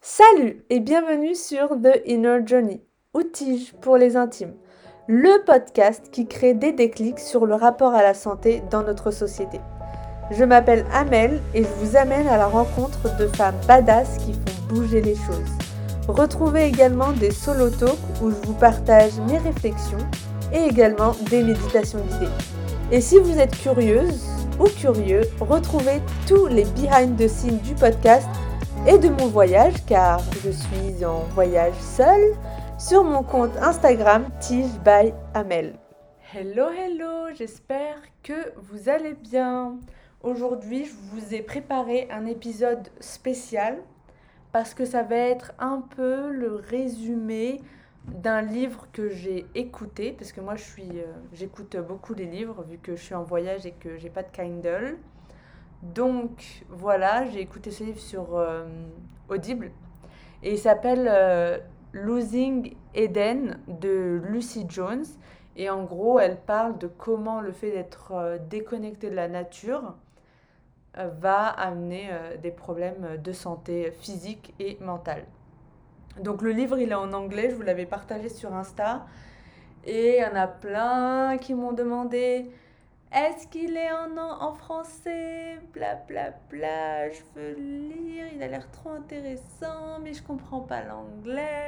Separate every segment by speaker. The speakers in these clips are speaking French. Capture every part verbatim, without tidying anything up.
Speaker 1: Salut et bienvenue sur The Inner Journey, outils pour les intimes, le podcast qui crée des déclics sur le rapport à la santé dans notre société. Je m'appelle Amel et je vous amène à la rencontre de femmes badass qui font bouger les choses. Retrouvez également des solo talks où je vous partage mes réflexions et également des méditations guidées. Et si vous êtes curieuse ou curieux, retrouvez tous les behind the scenes du podcast et de mon voyage, car je suis en voyage seule, sur mon compte Instagram Tige by Amel. Hello, hello, j'espère que vous allez bien. Aujourd'hui, je vous ai préparé un épisode spécial parce que ça va être un peu le résumé d'un livre que j'ai écouté, parce que moi je suis, euh, j'écoute beaucoup les livres vu que je suis en voyage et que j'ai pas de Kindle. Donc voilà, j'ai écouté ce livre sur euh, Audible et il s'appelle euh, Losing Eden de Lucy Jones. Et en gros, elle parle de comment le fait d'être euh, déconnecté de la nature euh, va amener euh, des problèmes de santé physique et mentale. Donc le livre, il est en anglais, je vous l'avais partagé sur Insta. Et il y en a plein qui m'ont demandé est-ce qu'il est en, en français? Bla bla bla, je veux le lire, il a l'air trop intéressant, mais je comprends pas l'anglais.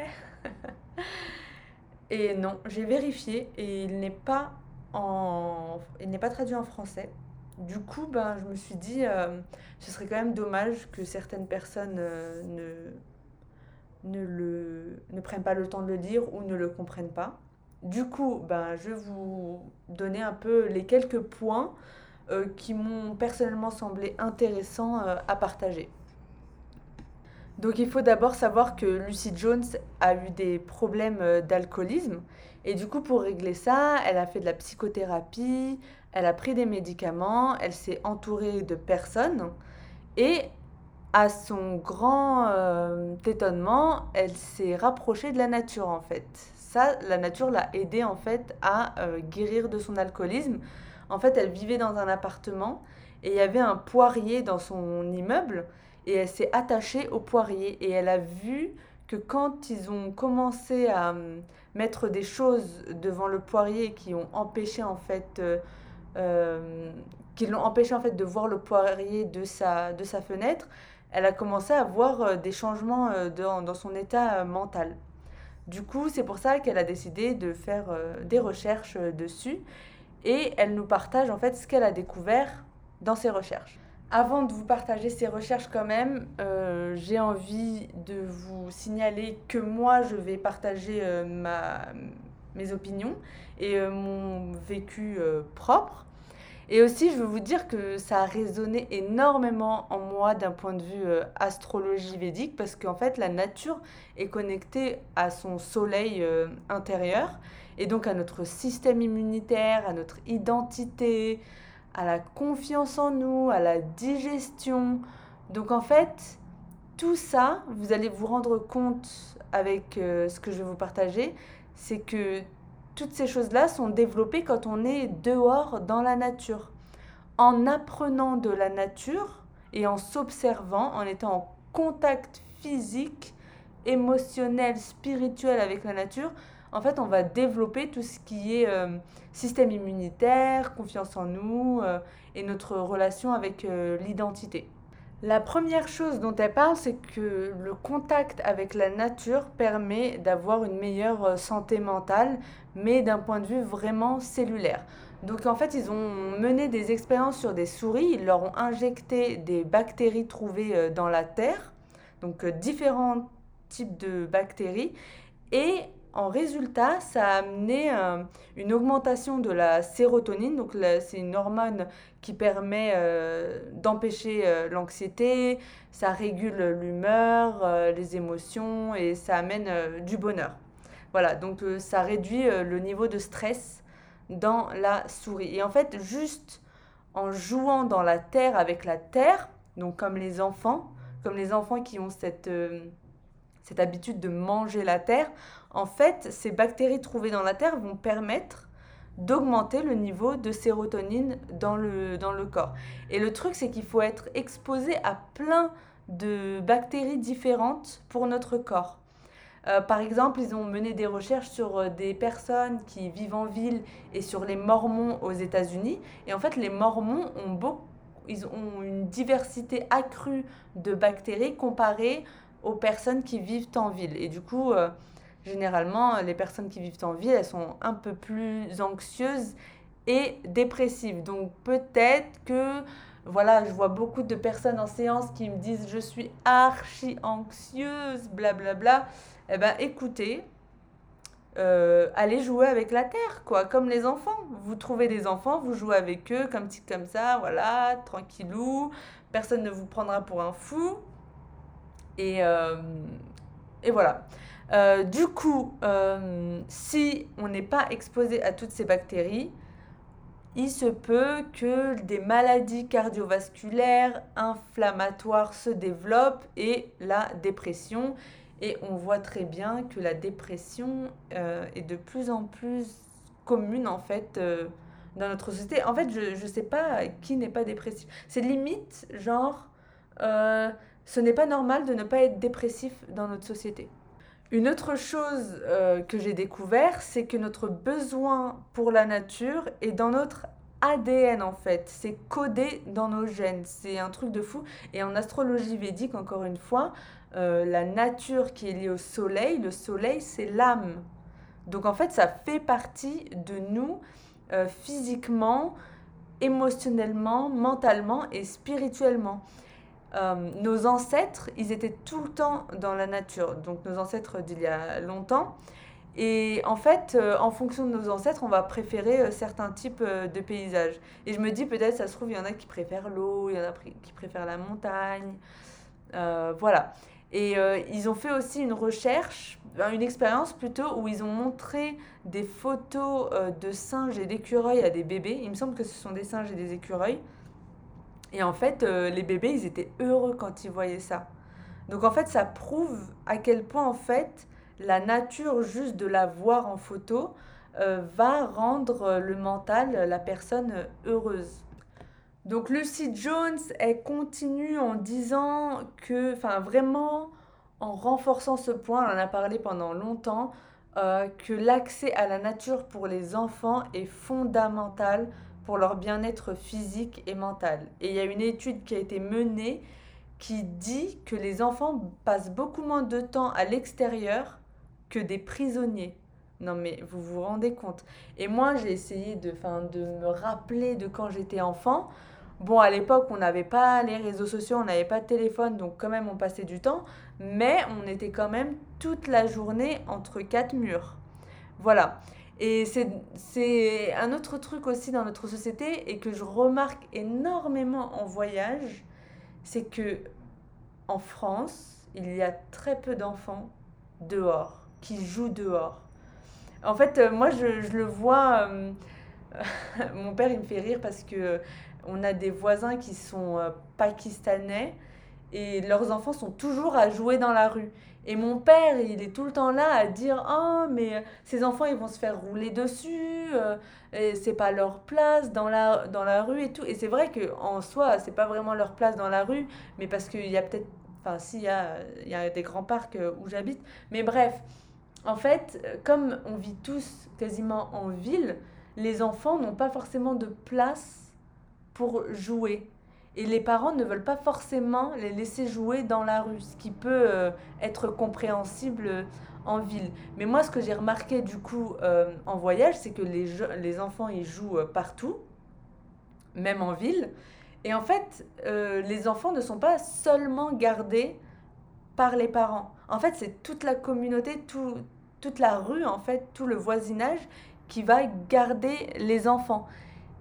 Speaker 1: Et non, j'ai vérifié et il n'est pas en, il n'est pas traduit en français. Du coup, ben, je me suis dit, euh, ce serait quand même dommage que certaines personnes euh, ne, ne, le, ne prennent pas le temps de le lire ou ne le comprennent pas. Du coup, ben, je vais vous donner un peu les quelques points euh, qui m'ont personnellement semblé intéressants euh, à partager. Donc il faut d'abord savoir que Lucy Jones a eu des problèmes euh, d'alcoolisme et du coup pour régler ça, elle a fait de la psychothérapie, elle a pris des médicaments, elle s'est entourée de personnes et à son grand euh, étonnement, elle s'est rapprochée de la nature en fait. Ça, la nature l'a aidée en fait à euh, guérir de son alcoolisme. En fait, elle vivait dans un appartement et il y avait un poirier dans son immeuble et elle s'est attachée au poirier et elle a vu que quand ils ont commencé à euh, mettre des choses devant le poirier qui ont empêché en fait euh, euh, qui l'ont empêché en fait de voir le poirier de sa, de sa fenêtre, elle a commencé à voir euh, des changements euh, dans, dans son état euh, mental. Du coup, c'est pour ça qu'elle a décidé de faire euh, des recherches euh, dessus et elle nous partage en fait ce qu'elle a découvert dans ses recherches. Avant de vous partager ces recherches quand même, euh, j'ai envie de vous signaler que moi je vais partager euh, ma, mes opinions et euh, mon vécu euh, propre. Et aussi, je veux vous dire que ça a résonné énormément en moi d'un point de vue euh, astrologie védique parce qu'en fait, la nature est connectée à son soleil euh, intérieur et donc à notre système immunitaire, à notre identité, à la confiance en nous, à la digestion. Donc en fait, tout ça, vous allez vous rendre compte avec euh, ce que je vais vous partager, c'est que toutes ces choses-là sont développées quand on est dehors dans la nature. En apprenant de la nature et en s'observant, en étant en contact physique, émotionnel, spirituel avec la nature, en fait, on va développer tout ce qui est euh, système immunitaire, confiance en nous euh, et notre relation avec euh, l'identité. La première chose dont elle parle, c'est que le contact avec la nature permet d'avoir une meilleure santé mentale, mais d'un point de vue vraiment cellulaire. Donc en fait, ils ont mené des expériences sur des souris, ils leur ont injecté des bactéries trouvées euh, dans la terre, donc euh, différents types de bactéries, et en résultat, ça a amené euh, une augmentation de la sérotonine. Donc là, c'est une hormone qui permet euh, d'empêcher euh, l'anxiété, ça régule l'humeur, euh, les émotions et ça amène euh, du bonheur. Voilà, donc euh, ça réduit euh, le niveau de stress dans la souris. Et en fait, juste en jouant dans la terre avec la terre, donc comme les enfants, comme les enfants qui ont cette... euh, cette habitude de manger la terre, en fait, ces bactéries trouvées dans la terre vont permettre d'augmenter le niveau de sérotonine dans le, dans le corps. Et le truc, c'est qu'il faut être exposé à plein de bactéries différentes pour notre corps. Euh, par exemple, ils ont mené des recherches sur euh, des personnes qui vivent en ville et sur les Mormons aux États-Unis. Et en fait, les Mormons ont, beau- ils ont une diversité accrue de bactéries comparée aux personnes qui vivent en ville. Et du coup, euh, généralement, les personnes qui vivent en ville, elles sont un peu plus anxieuses et dépressives. Donc peut-être que, voilà, je vois beaucoup de personnes en séance qui me disent je suis archi anxieuse, blablabla. Eh ben écoutez, euh, allez jouer avec la terre, quoi, comme les enfants. Vous trouvez des enfants, vous jouez avec eux, comme ci, comme ça, voilà, tranquillou. Personne ne vous prendra pour un fou. Et, euh, et voilà. Euh, du coup, euh, si on n'est pas exposé à toutes ces bactéries, il se peut que des maladies cardiovasculaires, inflammatoires se développent et la dépression. Et on voit très bien que la dépression euh, est de plus en plus commune en fait euh, dans notre société. En fait, je ne sais pas qui n'est pas dépressif. C'est limite genre, euh, ce n'est pas normal de ne pas être dépressif dans notre société. Une autre chose euh, que j'ai découvert, c'est que notre besoin pour la nature est dans notre A D N en fait. C'est codé dans nos gènes. C'est un truc de fou. Et en astrologie védique, encore une fois, euh, la nature qui est liée au soleil, le soleil, c'est l'âme. Donc en fait, ça fait partie de nous euh, physiquement, émotionnellement, mentalement et spirituellement. Euh, nos ancêtres, ils étaient tout le temps dans la nature, donc nos ancêtres d'il y a longtemps. Et en fait, euh, en fonction de nos ancêtres, on va préférer euh, certains types euh, de paysages. Et je me dis, peut-être, ça se trouve, il y en a qui préfèrent l'eau, il y en a qui préfèrent la montagne. Euh, voilà. Et euh, ils ont fait aussi une recherche, une expérience plutôt, où ils ont montré des photos euh, de singes et d'écureuils à des bébés. Il me semble que ce sont des singes et des écureuils. Et en fait, euh, les bébés, ils étaient heureux quand ils voyaient ça. Donc en fait, ça prouve à quel point en fait la nature, juste de la voir en photo, euh, va rendre euh, le mental, la personne euh, heureuse. Donc Lucy Jones, elle continue en disant que, enfin vraiment en renforçant ce point, elle en a parlé pendant longtemps, euh, que l'accès à la nature pour les enfants est fondamental pour leur bien-être physique et mental. Et il y a une étude qui a été menée qui dit que les enfants passent beaucoup moins de temps à l'extérieur que des prisonniers. Non mais vous vous rendez compte. Et moi j'ai essayé de, enfin, de me rappeler de quand j'étais enfant. Bon, à l'époque, on n'avait pas les réseaux sociaux, on n'avait pas de téléphone, donc quand même on passait du temps, mais on était quand même toute la journée entre quatre murs. Voilà. Et c'est, c'est un autre truc aussi dans notre société et que je remarque énormément en voyage, c'est que en France, il y a très peu d'enfants dehors, qui jouent dehors. En fait, euh, moi, je, je le vois. euh, Mon père, il me fait rire parce que euh, on a des voisins qui sont euh, pakistanais et leurs enfants sont toujours à jouer dans la rue. Et mon père, il est tout le temps là à dire oh, mais euh, ces enfants, ils vont se faire rouler dessus, euh, et c'est pas leur place dans la, dans la rue et tout. Et c'est vrai qu'en soi, c'est pas vraiment leur place dans la rue, mais parce qu'il y a peut-être. Enfin, si, il y a, il y a des grands parcs euh, où j'habite. Mais bref, en fait, euh, comme on vit tous quasiment en ville, les enfants n'ont pas forcément de place pour jouer. Et les parents ne veulent pas forcément les laisser jouer dans la rue, ce qui peut euh, être compréhensible euh, en ville. Mais moi, ce que j'ai remarqué du coup euh, en voyage, c'est que les, je- les enfants, ils jouent euh, partout, même en ville. Et en fait, euh, les enfants ne sont pas seulement gardés par les parents. En fait, c'est toute la communauté, tout, toute la rue, en fait, tout le voisinage qui va garder les enfants.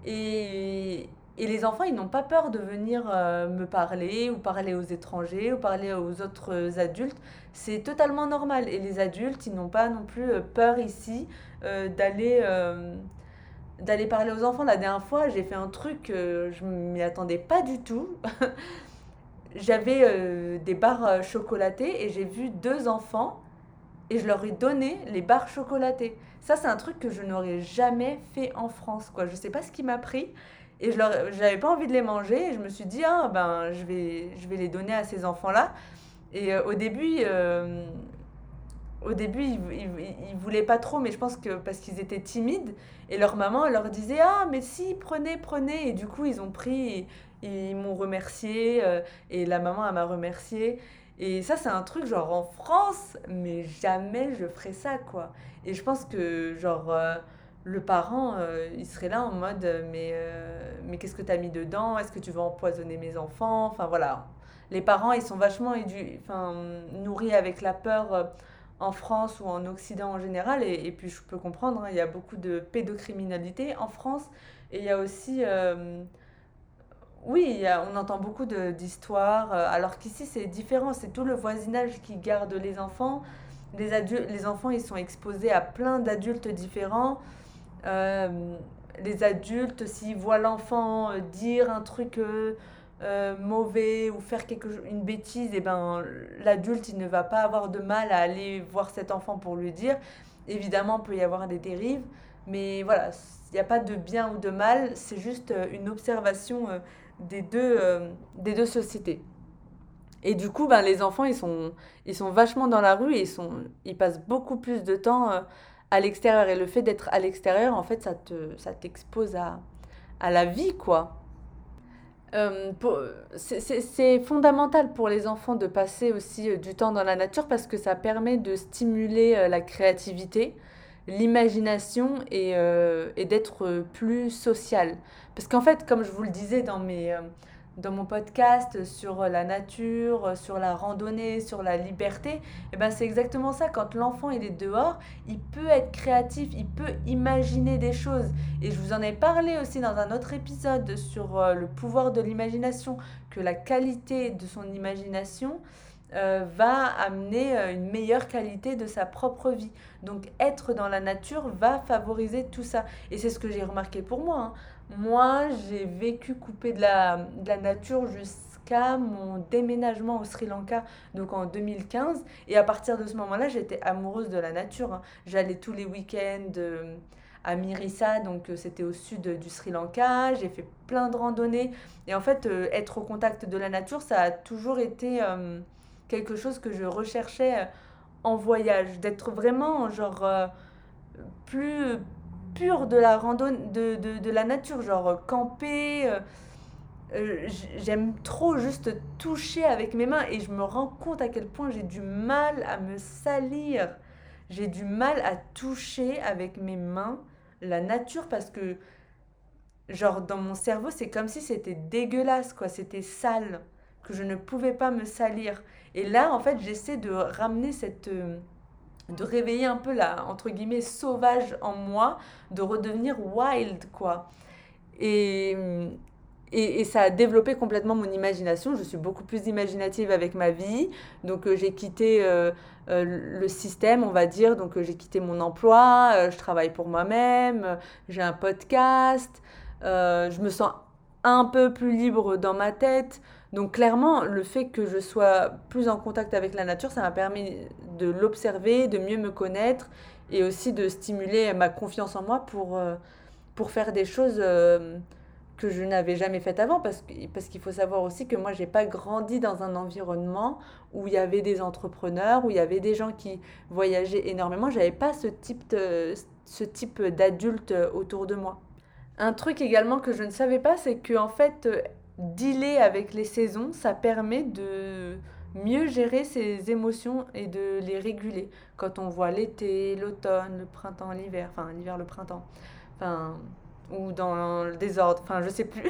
Speaker 1: Et, et les enfants, ils n'ont pas peur de venir euh, me parler ou parler aux étrangers ou parler aux autres adultes. C'est totalement normal. Et les adultes, ils n'ont pas non plus euh, peur ici euh, d'aller euh, d'aller parler aux enfants. La dernière fois, j'ai fait un truc, euh, je m'y attendais pas du tout. J'avais euh, des barres euh, chocolatées et j'ai vu deux enfants et je leur ai donné les barres chocolatées. Ça, c'est un truc que je n'aurais jamais fait en France, quoi. Je sais pas ce qui m'a pris. Et je leur, j'avais pas envie de les manger. Et je me suis dit, ah ben, je vais, je vais les donner à ces enfants-là. Et euh, au début, euh, au début, ils, ils, ils voulaient pas trop, mais je pense que parce qu'ils étaient timides. Et leur maman elle leur disait, ah mais si, prenez, prenez. Et du coup, ils ont pris, ils, ils m'ont remercié. euh, et la maman, elle m'a remercié. Et ça, c'est un truc, genre en France, mais jamais je ferais ça, quoi. Et je pense que, genre, euh, le parent, euh, il serait là en mode, euh, mais, euh, mais qu'est-ce que t'as mis dedans? Est-ce que tu veux empoisonner mes enfants? Enfin, voilà. Les parents, ils sont vachement édu- enfin, nourris avec la peur euh, en France ou en Occident en général. Et, et puis, je peux comprendre, hein, il y a beaucoup de pédocriminalité en France. Et il y a aussi... euh, oui, il y a- on entend beaucoup de- d'histoires, euh, alors qu'ici c'est différent, c'est tout le voisinage qui garde les enfants. Les adultes, les enfants, ils sont exposés à plein d'adultes différents. Euh, les adultes, s'ils voient l'enfant euh, dire un truc euh, euh, mauvais ou faire quelque, cho- une bêtise, et ben l'adulte, il ne va pas avoir de mal à aller voir cet enfant pour lui dire. Évidemment, il peut y avoir des dérives, mais voilà, il n'y a pas de bien ou de mal, c'est juste euh, une observation euh, des deux, euh, des deux sociétés. Et du coup, ben, les enfants, ils sont, ils sont vachement dans la rue et ils, sont, ils passent beaucoup plus de temps euh, à l'extérieur. Et le fait d'être à l'extérieur, en fait, ça te, ça t'expose à, à la vie, quoi. Euh, pour- c'est c'est- c'est fondamental pour les enfants de passer aussi euh, du temps dans la nature parce que ça permet de stimuler euh, la créativité, l'imagination et, euh, et d'être euh, plus social. Parce qu'en fait, comme je vous le disais dans mes, euh, dans mon podcast sur la nature, sur la randonnée, sur la liberté, eh ben c'est exactement ça. Quand l'enfant il est dehors, il peut être créatif, il peut imaginer des choses. Et je vous en ai parlé aussi dans un autre épisode sur euh, le pouvoir de l'imagination, que la qualité de son imagination euh, va amener euh, une meilleure qualité de sa propre vie. Donc être dans la nature va favoriser tout ça. Et c'est ce que j'ai remarqué pour moi, hein. Moi, j'ai vécu coupé de la, de la nature jusqu'à mon déménagement au Sri Lanka, donc en deux mille quinze. Et à partir de ce moment-là, j'étais amoureuse de la nature, hein. J'allais tous les week-ends euh, à Mirissa, donc euh, c'était au sud du Sri Lanka. J'ai fait plein de randonnées. Et en fait, euh, être au contact de la nature, ça a toujours été euh, quelque chose que je recherchais euh, en voyage. D'être vraiment, genre, euh, plus pur de la randonnée, de, de, de la nature, genre euh, camper. euh, euh, J'aime trop juste toucher avec mes mains et je me rends compte à quel point j'ai du mal à me salir. J'ai du mal à toucher avec mes mains la nature parce que, genre, dans mon cerveau, c'est comme si c'était dégueulasse, quoi. C'était sale, que je ne pouvais pas me salir. Et là, en fait, j'essaie de ramener cette, euh, de réveiller un peu la, entre guillemets, sauvage en moi, de redevenir wild, quoi. Et, et, et ça a développé complètement mon imagination. Je suis beaucoup plus imaginative avec ma vie. Donc euh, j'ai quitté euh, euh, le système, on va dire. Donc euh, j'ai quitté mon emploi, euh, je travaille pour moi-même, euh, j'ai un podcast, euh, je me sens un peu plus libre dans ma tête. Donc clairement, le fait que je sois plus en contact avec la nature, ça m'a permis de l'observer, de mieux me connaître et aussi de stimuler ma confiance en moi pour, euh, pour faire des choses euh, que je n'avais jamais faites avant. Parce, que- parce qu'il faut savoir aussi que moi, j'ai pas grandi dans un environnement où il y avait des entrepreneurs, où il y avait des gens qui voyageaient énormément. J'avais pas ce type de, ce type d'adulte autour de moi. Un truc également que je ne savais pas, c'est que en fait, euh, dealer avec les saisons, ça permet de mieux gérer ses émotions et de les réguler. Quand on voit l'été, l'automne, le printemps, l'hiver, enfin l'hiver, le printemps, enfin ou dans le désordre, enfin je sais plus.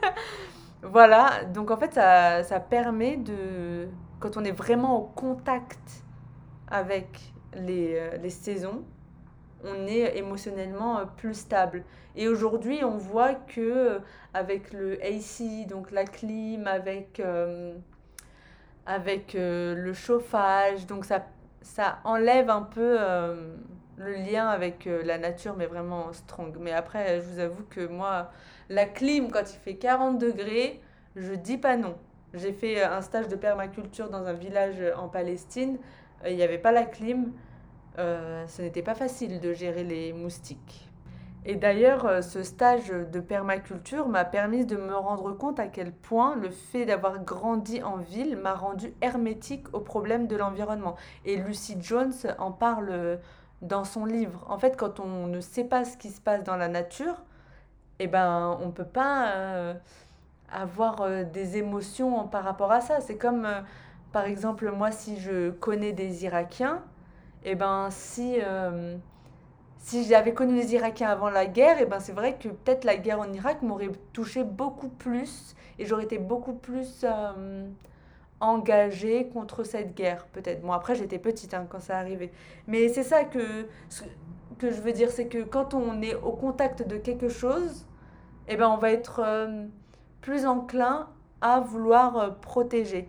Speaker 1: Voilà, donc en fait ça, ça permet de, quand on est vraiment au contact avec les, euh, les saisons, on est émotionnellement euh, plus stable. Et aujourd'hui, on voit que euh, avec le A C, donc la clim, avec, euh, avec euh, le chauffage, donc ça, ça enlève un peu euh, le lien avec euh, la nature, mais vraiment strong. Mais après, je vous avoue que moi, la clim, quand il fait quarante degrés, je dis pas non. J'ai fait euh, un stage de permaculture dans un village euh, en Palestine. Euh, Il n'y avait pas la clim. Euh, ce n'était pas facile de gérer les moustiques. Et d'ailleurs, euh, ce stage de permaculture m'a permis de me rendre compte à quel point le fait d'avoir grandi en ville m'a rendu hermétique aux problèmes de l'environnement. Et Lucy Jones en parle euh, dans son livre. En fait, quand on ne sait pas ce qui se passe dans la nature, eh ben, on ne peut pas euh, avoir euh, des émotions par rapport à ça. C'est comme, euh, par exemple, moi, si je connais des Irakiens, eh ben, si... euh, si j'avais connu les Irakiens avant la guerre, et ben c'est vrai que peut-être la guerre en Irak m'aurait touché beaucoup plus et j'aurais été beaucoup plus euh, engagée contre cette guerre, peut-être. Bon, après, j'étais petite hein, quand ça arrivait. Mais c'est ça que, ce que je veux dire, c'est que quand on est au contact de quelque chose, et ben on va être euh, plus enclin à vouloir euh, protéger.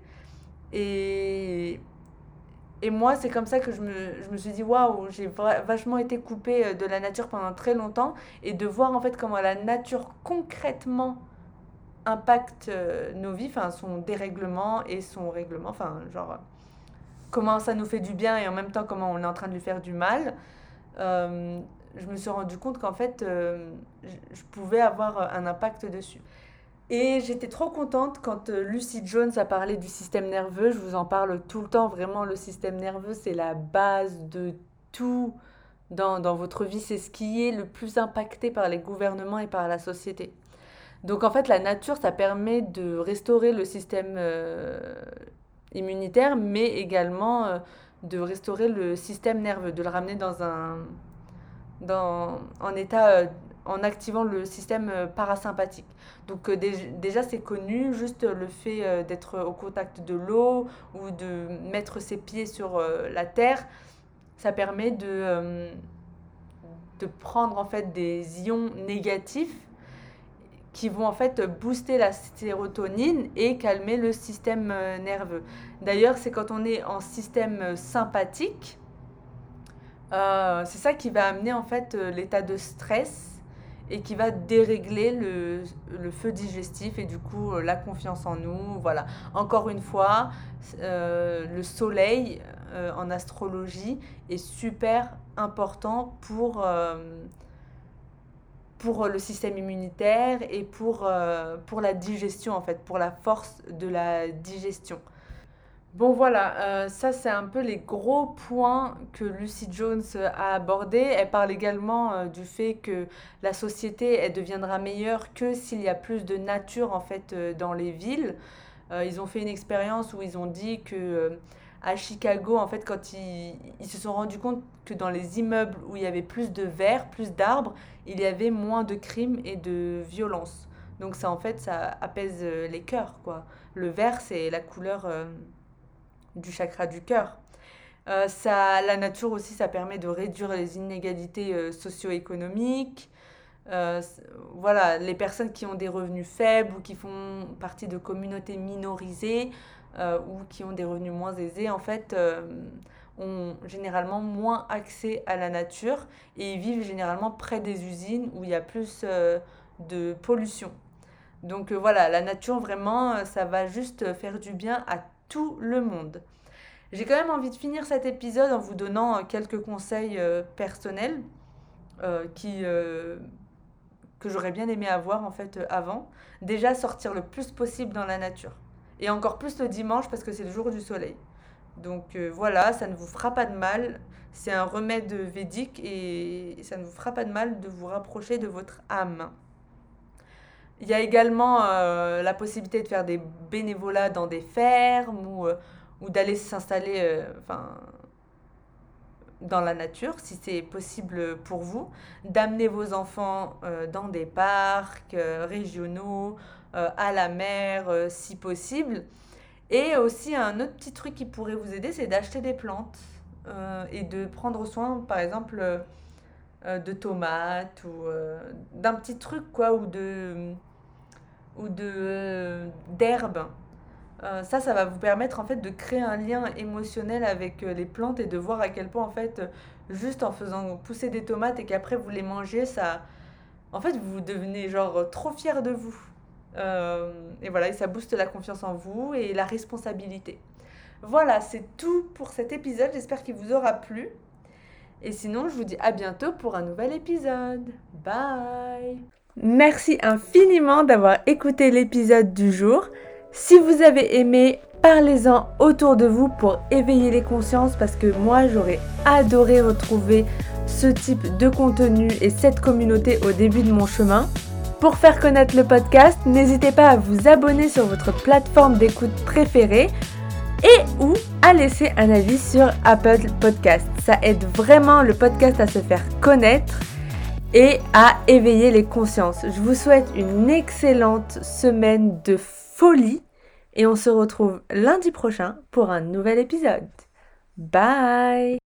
Speaker 1: Et, et moi, c'est comme ça que je me, je me suis dit, waouh, j'ai vra- vachement été coupée euh, de la nature pendant très longtemps. Et de voir en fait comment la nature concrètement impacte euh, nos vies, enfin son dérèglement et son règlement, enfin genre comment ça nous fait du bien et en même temps comment on est en train de lui faire du mal. Euh, je me suis rendu compte qu'en fait, euh, je je pouvais avoir euh, un impact dessus. Et j'étais trop contente quand euh, Lucy Jones a parlé du système nerveux. Je vous en parle tout le temps. Vraiment, le système nerveux, c'est la base de tout dans, dans votre vie. C'est ce qui est le plus impacté par les gouvernements et par la société. Donc en fait, la nature, ça permet de restaurer le système euh, immunitaire, mais également euh, de restaurer le système nerveux, de le ramener dans un, dans, en état, euh, en activant le système euh, parasympathique. Donc euh, dé- déjà c'est connu, juste le fait euh, d'être au contact de l'eau ou de mettre ses pieds sur euh, la terre, ça permet de, euh, de prendre en fait des ions négatifs qui vont en fait booster la sérotonine et calmer le système euh, nerveux. D'ailleurs, c'est quand on est en système euh, sympathique, euh, c'est ça qui va amener en fait euh, l'état de stress et qui va dérégler le, le feu digestif et du coup euh, la confiance en nous. Voilà. Encore une fois, euh, le soleil euh, en astrologie est super important pour, euh, pour le système immunitaire et pour, euh, pour la digestion en fait, pour la force de la digestion. Bon voilà, euh, ça c'est un peu les gros points que Lucy Jones a abordés. Elle parle également euh, du fait que la société elle deviendra meilleure que s'il y a plus de nature en fait euh, dans les villes. Euh, ils ont fait une expérience où ils ont dit que euh, à Chicago en fait quand ils, ils se sont rendus compte que dans les immeubles où il y avait plus de verre, plus d'arbres, il y avait moins de crimes et de violences. Donc ça en fait ça apaise euh, les cœurs quoi. Le vert c'est la couleur euh, du chakra du cœur. Euh, ça, la nature aussi, ça permet de réduire les inégalités euh, socio-économiques. Euh, voilà, les personnes qui ont des revenus faibles ou qui font partie de communautés minorisées euh, ou qui ont des revenus moins aisés, en fait, euh, ont généralement moins accès à la nature et ils vivent généralement près des usines où il y a plus euh, de pollution. Donc euh, voilà, la nature, vraiment, euh, ça va juste faire du bien à tout le monde. J'ai quand même envie de finir cet épisode en vous donnant euh, quelques conseils euh, personnels euh, qui, euh, que j'aurais bien aimé avoir en fait euh, avant. Déjà, sortir le plus possible dans la nature. Et encore plus le dimanche parce que c'est le jour du soleil. Donc euh, voilà, ça ne vous fera pas de mal. C'est un remède védique et ça ne vous fera pas de mal de vous rapprocher de votre âme. Il y a également euh, la possibilité de faire des bénévolats dans des fermes ou, euh, ou d'aller s'installer euh, enfin, dans la nature, si c'est possible pour vous, d'amener vos enfants euh, dans des parcs euh, régionaux, euh, à la mer, euh, si possible. Et aussi, un autre petit truc qui pourrait vous aider, c'est d'acheter des plantes euh, et de prendre soin, par exemple, euh, de tomates ou euh, d'un petit truc, quoi, ou de ou de euh, d'herbes. Euh, ça, ça va vous permettre en fait de créer un lien émotionnel avec euh, les plantes et de voir à quel point en fait, euh, juste en faisant pousser des tomates et qu'après vous les mangez, ça, en fait, vous devenez genre trop fier de vous. Euh, et voilà, et ça booste la confiance en vous et la responsabilité. Voilà, c'est tout pour cet épisode. J'espère qu'il vous aura plu. Et sinon, je vous dis à bientôt pour un nouvel épisode. Bye! Merci infiniment d'avoir écouté l'épisode du jour. Si vous avez aimé, parlez-en autour de vous pour éveiller les consciences parce que moi, j'aurais adoré retrouver ce type de contenu et cette communauté au début de mon chemin. Pour faire connaître le podcast, n'hésitez pas à vous abonner sur votre plateforme d'écoute préférée et ou à laisser un avis sur Apple Podcast. Ça aide vraiment le podcast à se faire connaître et à éveiller les consciences. Je vous souhaite une excellente semaine de folie et on se retrouve lundi prochain pour un nouvel épisode. Bye!